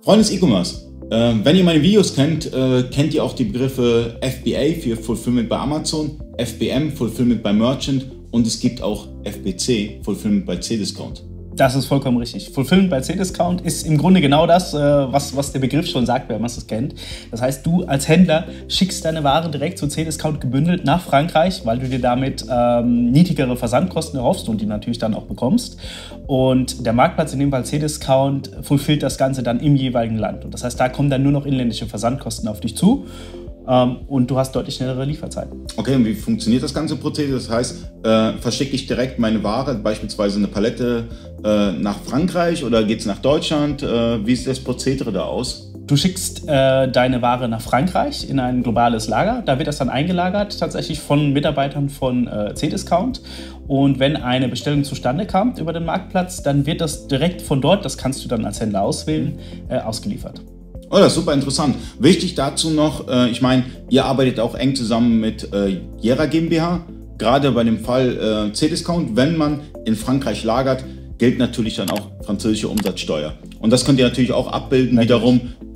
Freunde des E-Commerce, wenn ihr meine Videos kennt, kennt ihr auch die Begriffe FBA für Fulfillment bei Amazon, FBM, Fulfillment bei Merchant und es gibt auch FBC, Fulfillment bei Cdiscount. Das ist vollkommen richtig. Fulfillment bei Cdiscount ist im Grunde genau das, was der Begriff schon sagt, wenn man es kennt. Das heißt, du als Händler schickst deine Ware direkt zu Cdiscount gebündelt nach Frankreich, weil du dir damit niedrigere Versandkosten erhoffst und die natürlich dann auch bekommst. Und der Marktplatz, in dem Fall Cdiscount, fulfillt das Ganze dann im jeweiligen Land. Und das heißt, da kommen dann nur noch inländische Versandkosten auf dich zu. Und du hast deutlich schnellere Lieferzeiten. Okay, und wie funktioniert das ganze Prozedere? Das heißt, verschicke ich direkt meine Ware, beispielsweise eine Palette, nach Frankreich oder geht es nach Deutschland? Wie sieht das Prozedere da aus? Du schickst deine Ware nach Frankreich in ein globales Lager. Da wird das dann eingelagert, tatsächlich von Mitarbeitern von Cdiscount. Und wenn eine Bestellung zustande kommt über den Marktplatz, dann wird das direkt von dort, das kannst du dann als Händler auswählen, ausgeliefert. Oh, das ist super interessant. Wichtig dazu noch, ich meine, ihr arbeitet auch eng zusammen mit Jera GmbH. Gerade bei dem Fall Cdiscount, wenn man in Frankreich lagert, gilt natürlich dann auch französische Umsatzsteuer. Und das könnt ihr natürlich auch abbilden wiederum.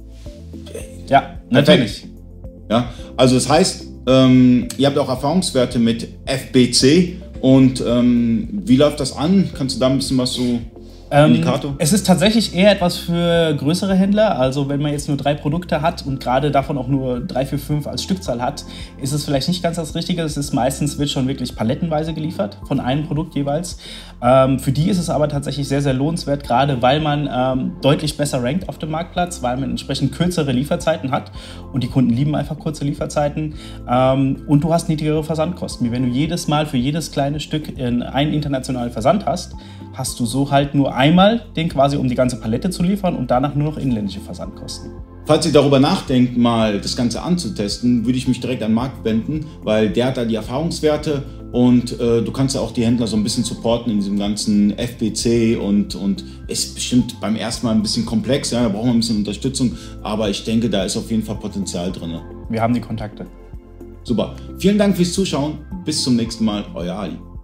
Ja, natürlich. Ja, also das heißt, ihr habt auch Erfahrungswerte mit FBC und wie läuft das an? Kannst du da ein bisschen was so... Es ist tatsächlich eher etwas für größere Händler, also wenn man jetzt nur 3 Produkte hat und gerade davon auch nur 3, 4, 5 als Stückzahl hat, ist es vielleicht nicht ganz das Richtige. Es ist meistens, wird schon wirklich palettenweise geliefert, von einem Produkt jeweils. Für die ist es aber tatsächlich sehr, sehr lohnenswert, gerade weil man deutlich besser rankt auf dem Marktplatz, weil man entsprechend kürzere Lieferzeiten hat und die Kunden lieben einfach kurze Lieferzeiten und du hast niedrigere Versandkosten. Wie wenn du jedes Mal für jedes kleine Stück einen internationalen Versand hast, hast du so halt nur einmal den quasi, um die ganze Palette zu liefern und danach nur noch inländische Versandkosten. Falls ihr darüber nachdenkt, mal das Ganze anzutesten, würde ich mich direkt an Marc wenden, weil der hat da die Erfahrungswerte und du kannst ja auch die Händler so ein bisschen supporten in diesem ganzen FBC und ist bestimmt beim ersten Mal ein bisschen komplex, ja, da brauchen wir ein bisschen Unterstützung, aber ich denke, da ist auf jeden Fall Potenzial drin. Wir haben die Kontakte. Super. Vielen Dank fürs Zuschauen. Bis zum nächsten Mal. Euer Ali.